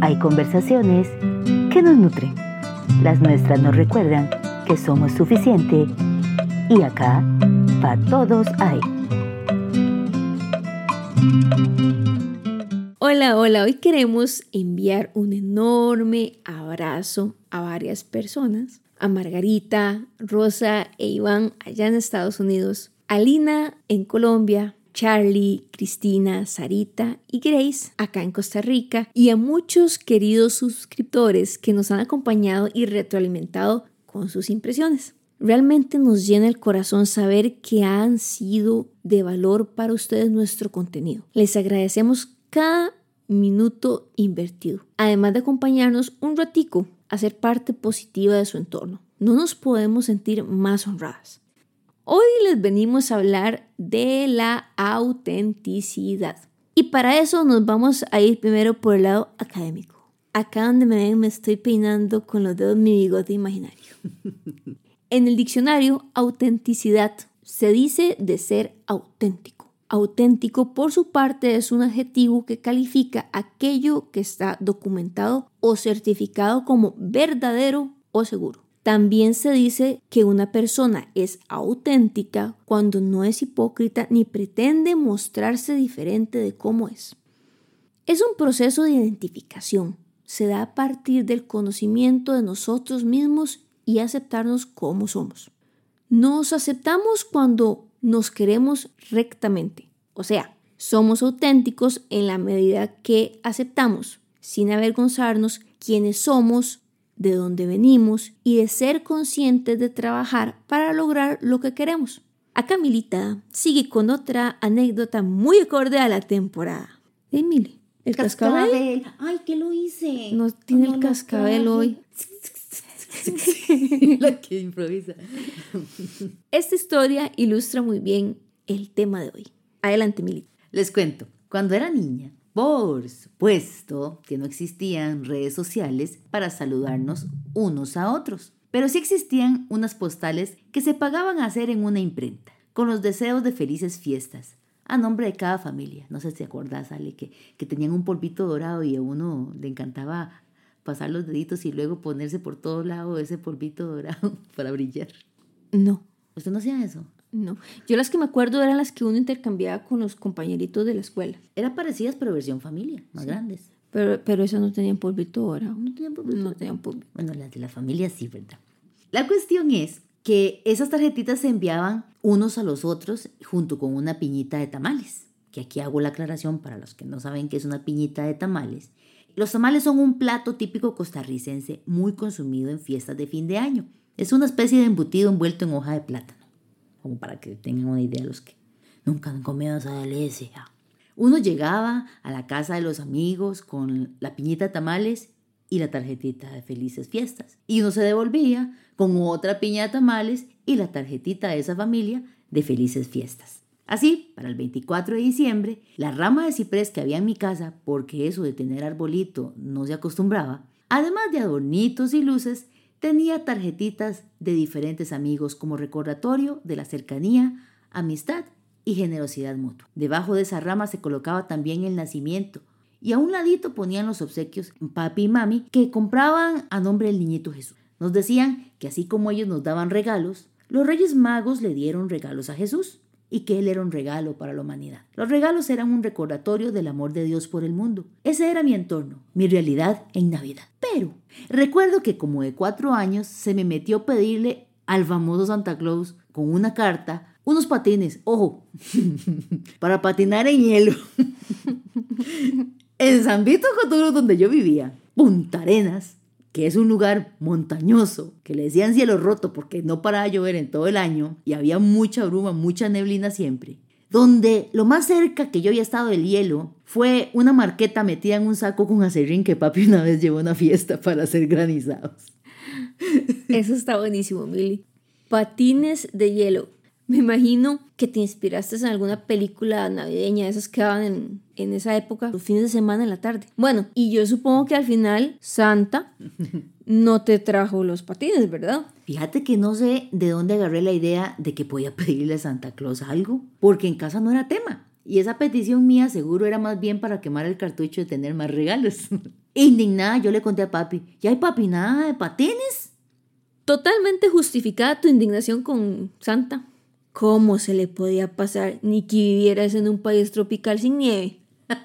Hay conversaciones que nos nutren. Las nuestras nos recuerdan que somos suficiente y acá, para todos hay. Hola, hoy queremos enviar un enorme abrazo a varias personas. A Margarita, Rosa e Iván allá en Estados Unidos. A Lina en Colombia. Charlie, Cristina, Sarita y Grace acá en Costa Rica. Y a muchos queridos suscriptores que nos han acompañado y retroalimentado con sus impresiones. Realmente nos llena el corazón saber que han sido de valor para ustedes nuestro contenido. Les agradecemos cada minuto invertido, además de acompañarnos un ratico a ser parte positiva de su entorno. No nos podemos sentir más honradas. Hoy les venimos a hablar de la autenticidad. Y para eso nos vamos a ir primero por el lado académico. Acá donde me ven me estoy peinando con los dedos mi bigote imaginario. En el diccionario, autenticidad se dice de ser auténtico. Auténtico, por su parte, es un adjetivo que califica aquello que está documentado o certificado como verdadero o seguro. También se dice que una persona es auténtica cuando no es hipócrita ni pretende mostrarse diferente de cómo es. Es un proceso de identificación. Se da a partir del conocimiento de nosotros mismos y aceptarnos como somos. Nos aceptamos cuando nos queremos rectamente, o sea, somos auténticos en la medida que aceptamos, sin avergonzarnos, quiénes somos, de dónde venimos y de ser conscientes de trabajar para lograr lo que queremos. A Camilita sigue con otra anécdota muy acorde a la temporada. Emily, el cascabel. Ay, ¿qué lo hice? No tiene el cascabel hoy. La que improvisa. Esta historia ilustra muy bien el tema de hoy. Adelante, Milita. Les cuento, cuando era niña, por supuesto que no existían redes sociales para saludarnos unos a otros, pero sí existían unas postales que se pagaban a hacer en una imprenta, con los deseos de felices fiestas, a nombre de cada familia. No sé si te acordás, Ale, que tenían un polvito dorado y a uno le encantaba pasar los deditos y luego ponerse por todo lado ese polvito dorado para brillar. No. ¿Usted no hacía eso? No. Yo las que me acuerdo eran las que uno intercambiaba con los compañeritos de la escuela. Eran parecidas, pero versión familia, más grandes. Pero esas no tenían polvito dorado. ¿No tenían polvito? No tenían polvito. Bueno, las de la familia sí, ¿verdad? La cuestión es que esas tarjetitas se enviaban unos a los otros junto con una piñita de tamales. Que aquí hago la aclaración para los que no saben qué es una piñita de tamales. Los tamales son un plato típico costarricense muy consumido en fiestas de fin de año. Es una especie de embutido envuelto en hoja de plátano, como para que tengan una idea los que nunca han comido esa delicia. Uno llegaba a la casa de los amigos con la piñita de tamales y la tarjetita de felices fiestas. Y uno se devolvía con otra piña de tamales y la tarjetita de esa familia de felices fiestas. Así, para el 24 de diciembre, la rama de ciprés que había en mi casa, porque eso de tener arbolito no se acostumbraba, además de adornitos y luces, tenía tarjetitas de diferentes amigos como recordatorio de la cercanía, amistad y generosidad mutua. Debajo de esa rama se colocaba también el nacimiento y a un ladito ponían los obsequios papi y mami que compraban a nombre del niñito Jesús. Nos decían que así como ellos nos daban regalos, los Reyes Magos le dieron regalos a Jesús y que Él era un regalo para la humanidad. Los regalos eran un recordatorio del amor de Dios por el mundo. Ese era mi entorno, mi realidad en Navidad. Pero recuerdo que como de 4 años se me metió pedirle al famoso Santa Claus con una carta unos patines, ojo, para patinar en hielo. En San Vito Cotulo, donde yo vivía, Punta Arenas, que es un lugar montañoso, que le decían cielo roto porque no paraba de llover en todo el año y había mucha bruma, mucha neblina siempre, donde lo más cerca que yo había estado del hielo fue una marqueta metida en un saco con aserrín que papi una vez llevó a una fiesta para hacer granizados. Eso está buenísimo, Mili. Patines de hielo. Me imagino que te inspiraste en alguna película navideña, esas que daban en esa época, los fines de semana en la tarde. Bueno, y yo supongo que al final Santa no te trajo los patines, ¿verdad? Fíjate que no sé de dónde agarré la idea de que podía pedirle a Santa Claus algo, porque en casa no era tema. Y esa petición mía seguro era más bien para quemar el cartucho de tener más regalos. Indignada, yo le conté a papi, ¿ya hay papi nada de patines? Totalmente justificada tu indignación con Santa. ¿Cómo se le podía pasar ni que vivieras en un país tropical sin nieve?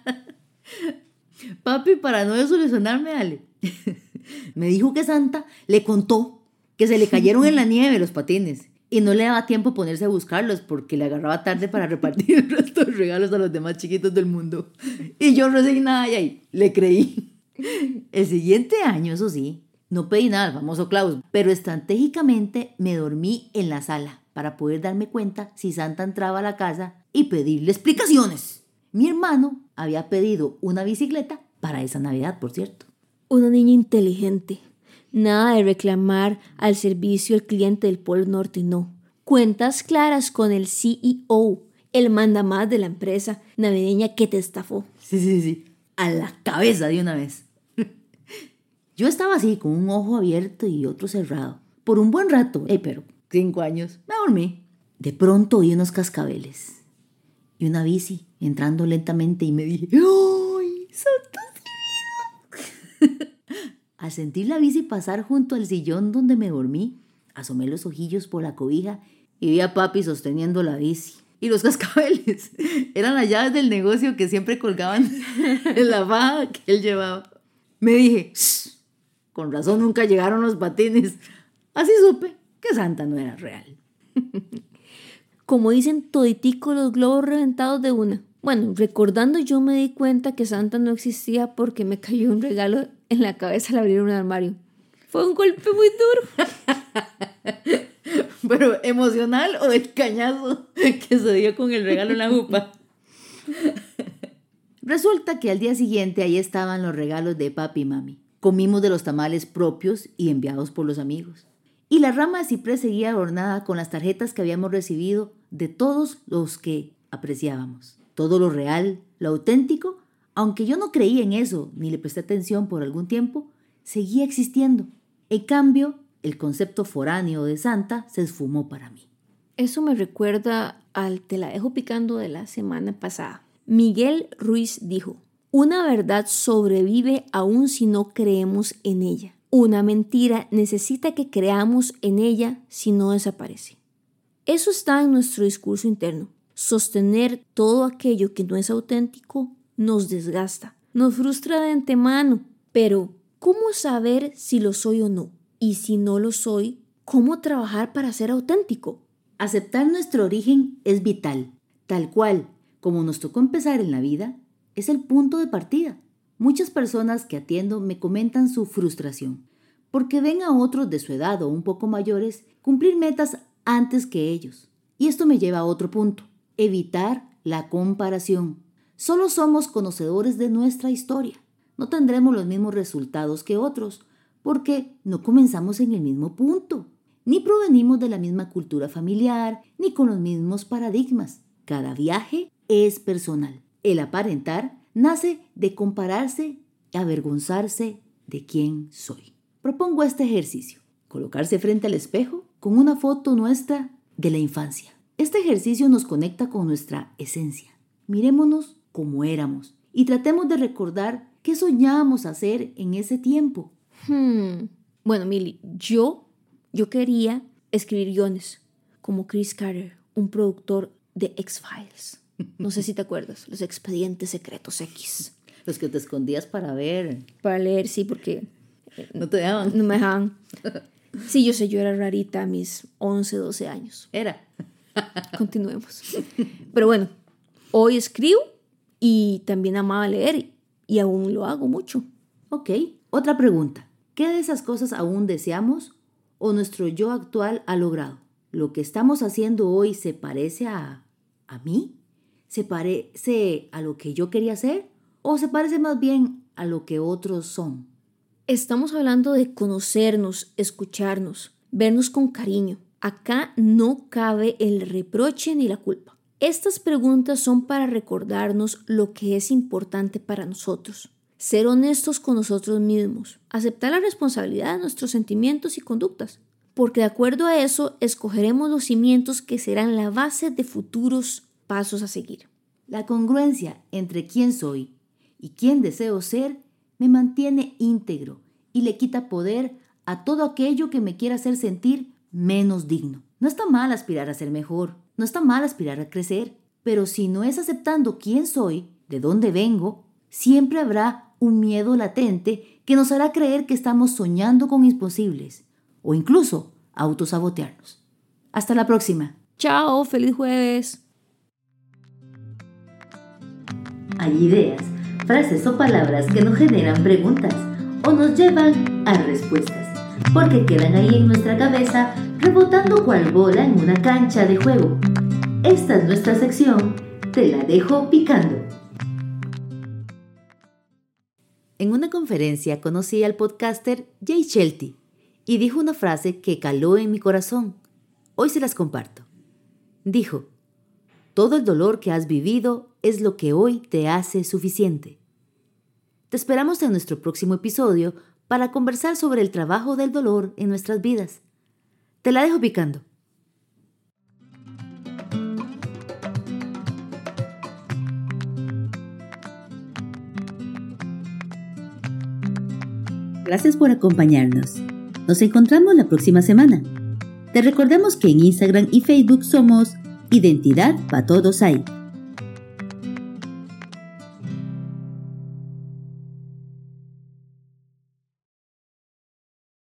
Papi, para no desilusionarme, Ale, me dijo que Santa le contó que se le cayeron en la nieve los patines y no le daba tiempo ponerse a buscarlos porque le agarraba tarde para repartir el resto de regalos a los demás chiquitos del mundo. Y yo resignada y ahí le creí. El siguiente año, eso sí, no pedí nada al famoso Claus, pero estratégicamente me dormí en la sala para poder darme cuenta si Santa entraba a la casa y pedirle explicaciones. Mi hermano había pedido una bicicleta para esa Navidad, por cierto. Una niña inteligente. Nada de reclamar al servicio al cliente del Polo Norte, no. Cuentas claras con el CEO, el mandamás de la empresa navideña que te estafó. Sí. A la cabeza de una vez. Yo estaba así, con un ojo abierto y otro cerrado. Por un buen rato, pero 5 años, me dormí. De pronto oí unos cascabeles y una bici entrando lentamente y me dije, ¡ay, Santa Divino! Al sentir la bici pasar junto al sillón donde me dormí, asomé los ojillos por la cobija y vi a papi sosteniendo la bici. Y los cascabeles eran las llaves del negocio que siempre colgaban en la faja que él llevaba. Me dije, ¡shh! Con razón nunca llegaron los patines. Así supe que Santa no era real. Como dicen toditico los globos reventados de una. Bueno, recordando yo me di cuenta que Santa no existía porque me cayó un regalo en la cabeza al abrir un armario. Fue un golpe muy duro. ¿Pero emocional o del cañazo que se dio con el regalo en la jupa? Resulta que al día siguiente ahí estaban los regalos de papi y mami. Comimos de los tamales propios y enviados por los amigos. Y la rama de ciprés seguía adornada con las tarjetas que habíamos recibido de todos los que apreciábamos. Todo lo real, lo auténtico, aunque yo no creía en eso ni le presté atención por algún tiempo, seguía existiendo. En cambio, el concepto foráneo de Santa se esfumó para mí. Eso me recuerda al te la dejo picando de la semana pasada. Miguel Ruiz dijo, una verdad sobrevive aún si no creemos en ella. Una mentira necesita que creamos en ella si no desaparece. Eso está en nuestro discurso interno. Sostener todo aquello que no es auténtico nos desgasta, nos frustra de antemano. Pero, ¿cómo saber si lo soy o no? Y si no lo soy, ¿cómo trabajar para ser auténtico? Aceptar nuestro origen es vital. Tal cual, como nos tocó empezar en la vida, es el punto de partida. Muchas personas que atiendo me comentan su frustración, porque ven a otros de su edad o un poco mayores cumplir metas antes que ellos. Y esto me lleva a otro punto, evitar la comparación. Solo somos conocedores de nuestra historia. No tendremos los mismos resultados que otros, porque no comenzamos en el mismo punto, ni provenimos de la misma cultura familiar, ni con los mismos paradigmas. Cada viaje es personal. El aparentar nace de compararse y avergonzarse de quién soy. Propongo este ejercicio, colocarse frente al espejo con una foto nuestra de la infancia. Este ejercicio nos conecta con nuestra esencia. Mirémonos como éramos y tratemos de recordar qué soñábamos hacer en ese tiempo. Bueno, Mili, yo quería escribir guiones como Chris Carter, un productor de X-Files. No sé si te acuerdas, los expedientes secretos X. Los que te escondías para ver. Para leer, sí, porque no te dejaban. No me dejaban. Sí, yo era rarita a mis 11, 12 años. Era. Continuemos. Pero bueno, hoy escribo y también amaba leer y aún lo hago mucho. Ok, otra pregunta. ¿Qué de esas cosas aún deseamos o nuestro yo actual ha logrado? ¿Lo que estamos haciendo hoy se parece a mí? ¿Se parece a lo que yo quería hacer? ¿O se parece más bien a lo que otros son? Estamos hablando de conocernos, escucharnos, vernos con cariño. Acá no cabe el reproche ni la culpa. Estas preguntas son para recordarnos lo que es importante para nosotros. Ser honestos con nosotros mismos. Aceptar la responsabilidad de nuestros sentimientos y conductas. Porque de acuerdo a eso, escogeremos los cimientos que serán la base de futuros pasos a seguir. La congruencia entre quién soy y quién deseo ser me mantiene íntegro y le quita poder a todo aquello que me quiera hacer sentir menos digno. No está mal aspirar a ser mejor, no está mal aspirar a crecer, pero si no es aceptando quién soy, de dónde vengo, siempre habrá un miedo latente que nos hará creer que estamos soñando con imposibles o incluso autosabotearnos. Hasta la próxima. Chao, feliz jueves. Hay ideas, frases o palabras que nos generan preguntas o nos llevan a respuestas, porque quedan ahí en nuestra cabeza rebotando cual bola en una cancha de juego. Esta es nuestra sección, Te la dejo picando. En una conferencia conocí al podcaster Jay Shetty y dijo una frase que caló en mi corazón. Hoy se las comparto. Dijo: todo el dolor que has vivido es lo que hoy te hace suficiente. Te esperamos en nuestro próximo episodio para conversar sobre el trabajo del dolor en nuestras vidas. Te la dejo picando. Gracias por acompañarnos. Nos encontramos la próxima semana. Te recordamos que en Instagram y Facebook somos Identidad Pa' Todos Hay.